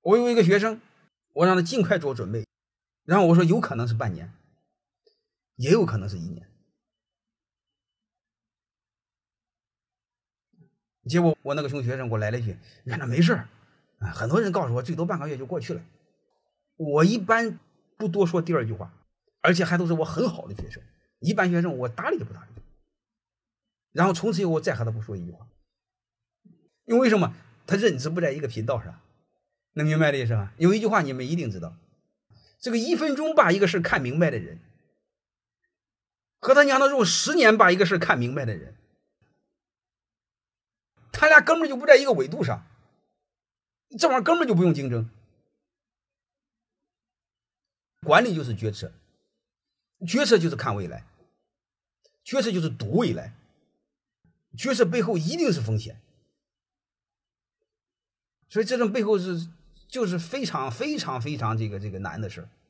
我有一个学生，我让他尽快做准备，然后我说有可能是半年，也有可能是1年。结果我那个熊学生给我来了一句：“院长没事很多人告诉我最多半个月就过去了。”我一般不多说第二句话，而且还都是我很好的学生，一般学生我搭理也不搭理。然后从此以后我再和他不说一句话，因为什么？他认知不在一个频道上，能明白这意思吗？有一句话你们一定知道，这个1分钟把一个事看明白的人，和他娘的用10年把一个事看明白的人，他俩根本就不在一个纬度上，这玩意儿根本就不用竞争。管理就是决策，决策就是看未来，决策就是赌未来，决策背后一定是风险。所以这种背后就是非常非常非常这个难的事。